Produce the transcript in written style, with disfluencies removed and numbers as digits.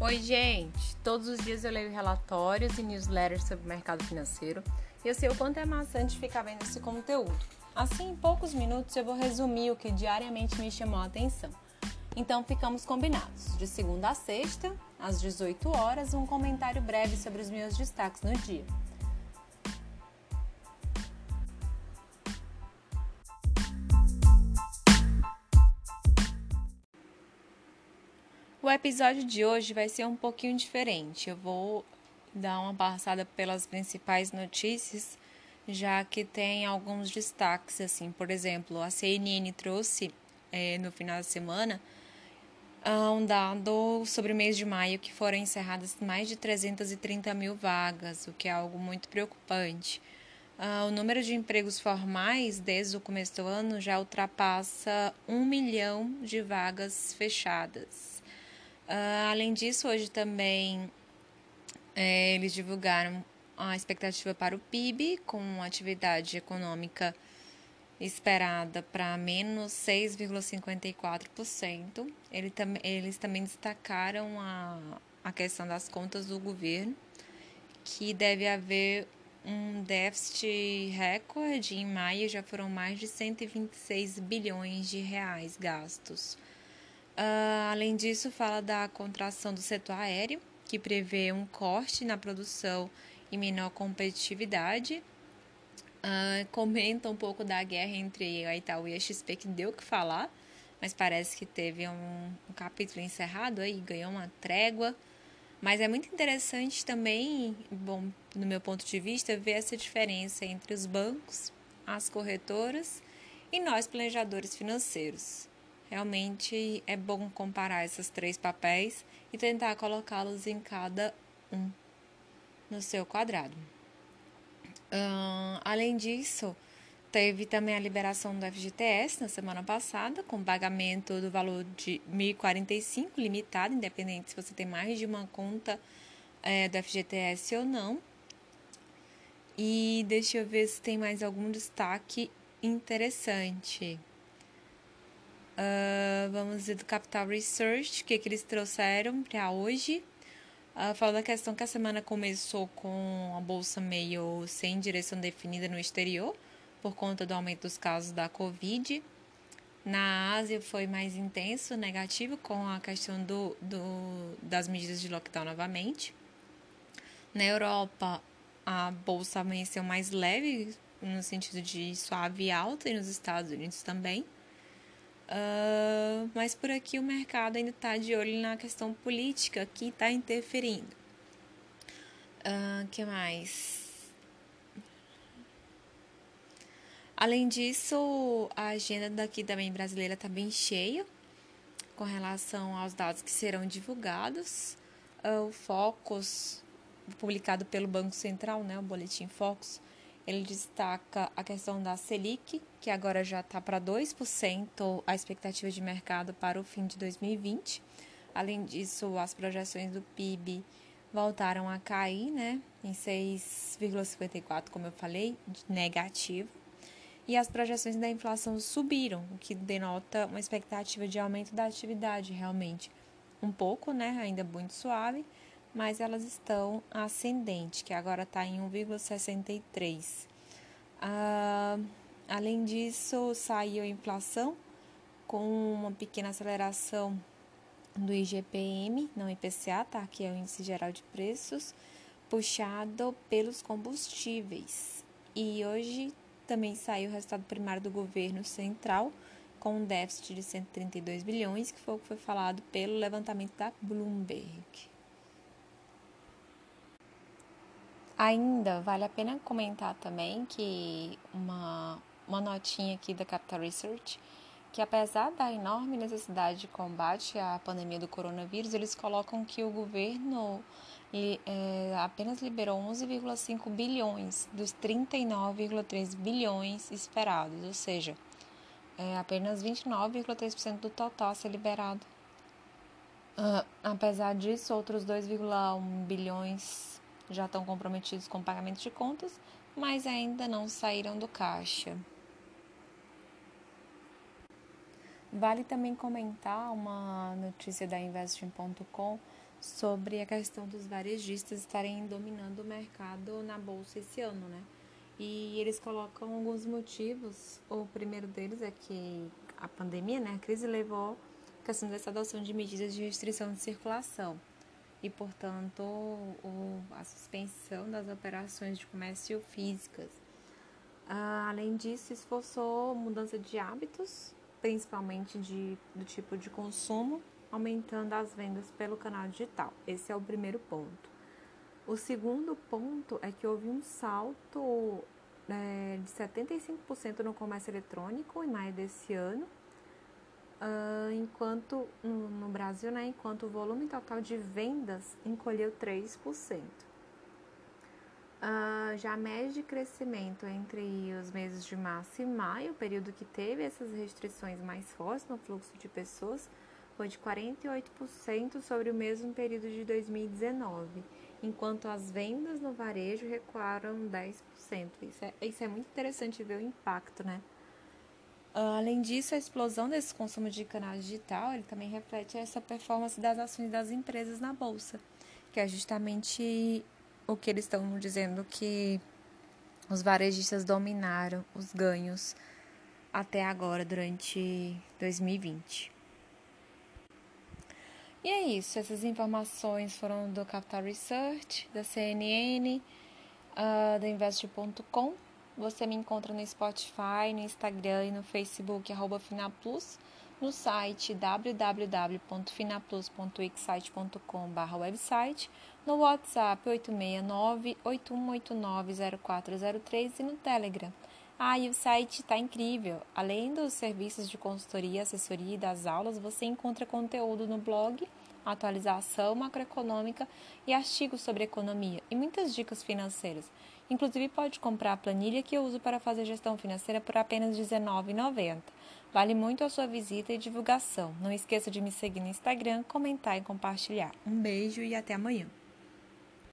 Oi, gente! Todos os dias eu leio relatórios e newsletters sobre o mercado financeiro e eu sei o quanto é maçante ficar vendo esse conteúdo. Assim, em poucos minutos eu vou resumir o que diariamente me chamou a atenção. Então, ficamos combinados. De segunda a sexta, às 18 horas, um comentário breve sobre os meus destaques no dia. O episódio de hoje vai ser um pouquinho diferente. Eu vou dar uma passada pelas principais notícias, já que tem alguns destaques, assim, por exemplo, a CNN trouxe no final da semana um dado sobre o mês de maio que foram encerradas mais de 330 mil vagas, o que é algo muito preocupante. O número de empregos formais desde o começo do ano já ultrapassa 1 milhão de vagas fechadas. Além disso, hoje também eles divulgaram a expectativa para o PIB, com atividade econômica esperada para menos 6,54%. Eles também destacaram a questão das contas do governo, que deve haver um déficit recorde. Em maio já foram mais de 126 bilhões de reais gastos. Além disso, fala da contração do setor aéreo, que prevê um corte na produção e menor competitividade. Comenta um pouco da guerra entre a Itaú e a XP, que deu o que falar, mas parece que teve um capítulo encerrado aí, ganhou uma trégua. Mas é muito interessante também, bom, no meu ponto de vista, ver essa diferença entre os bancos, as corretoras e nós, planejadores financeiros. Realmente é bom comparar esses três papéis e tentar colocá-los em cada um no seu quadrado. Além disso, teve também a liberação do FGTS na semana passada, com pagamento do valor de R$ 1.045, limitado, independente se você tem mais de uma conta do FGTS ou não. E deixa eu ver se tem mais algum destaque interessante. Vamos ver do Capital Research, o que eles trouxeram para hoje. Fala da questão que a semana começou com a bolsa meio sem direção definida no exterior, por conta do aumento dos casos da Covid. Na Ásia foi mais intenso, negativo, com a questão das medidas de lockdown novamente. Na Europa, a bolsa amanheceu mais leve, no sentido de suave e alta, e nos Estados Unidos também. Mas por aqui o mercado ainda está de olho na questão política que está interferindo. Que mais? Além disso, a agenda daqui também brasileira está bem cheia com relação aos dados que serão divulgados. O Focus, publicado pelo Banco Central, né, o Boletim Focus, ele destaca a questão da Selic, que agora já está para 2% a expectativa de mercado para o fim de 2020. Além disso, as projeções do PIB voltaram a cair, né, em 6,54%, como eu falei, negativo. E as projeções da inflação subiram, o que denota uma expectativa de aumento da atividade realmente. Um pouco, né, ainda muito suave, mas elas estão ascendente, que agora está em 1,63. Além disso, saiu a inflação com uma pequena aceleração do IGPM, não IPCA, tá? Que é o Índice Geral de Preços, puxado pelos combustíveis. E hoje também saiu o resultado primário do governo central, com um déficit de 132 bilhões, que foi o que foi falado pelo levantamento da Bloomberg. Ainda vale a pena comentar também que uma notinha aqui da Capital Research, que apesar da enorme necessidade de combate à pandemia do coronavírus, eles colocam que o governo apenas liberou 11,5 bilhões dos 39,3 bilhões esperados, ou seja, apenas 29,3% do total a ser liberado. Apesar disso, outros 2,1 bilhões já estão comprometidos com pagamento de contas, mas ainda não saíram do caixa. Vale também comentar uma notícia da Investing.com sobre a questão dos varejistas estarem dominando o mercado na bolsa esse ano, né? E eles colocam alguns motivos. O primeiro deles é que a pandemia, né, a crise levou a questão dessa adoção de medidas de restrição de circulação e, portanto, a suspensão das operações de comércio físicas. Além disso, esforçou mudança de hábitos, principalmente do tipo de consumo, aumentando as vendas pelo canal digital. Esse é o primeiro ponto. O segundo ponto é que houve um salto de 75% no comércio eletrônico em maio desse ano, enquanto no Brasil, né, enquanto o volume total de vendas encolheu 3%. Já a média de crescimento entre os meses de março e maio, período que teve essas restrições mais fortes no fluxo de pessoas, foi de 48% sobre o mesmo período de 2019, enquanto as vendas no varejo recuaram 10%. Isso é muito interessante ver o impacto, né? Além disso, a explosão desse consumo de canal digital, ele também reflete essa performance das ações das empresas na bolsa, que é justamente o que eles estão dizendo, que os varejistas dominaram os ganhos até agora, durante 2020. E é isso, essas informações foram do Capital Research, da CNN, da Invest.com. Você me encontra no Spotify, no Instagram e no Facebook, @finaplus, no site www.finaplus.wixsite.com/website, no WhatsApp 869-8189-0403 e no Telegram. E o site está incrível. Além dos serviços de consultoria, assessoria e das aulas, você encontra conteúdo no blog, atualização macroeconômica e artigos sobre economia e muitas dicas financeiras. Inclusive, pode comprar a planilha que eu uso para fazer gestão financeira por apenas R$19,90. Vale muito a sua visita e divulgação. Não esqueça de me seguir no Instagram, comentar e compartilhar. Um beijo e até amanhã.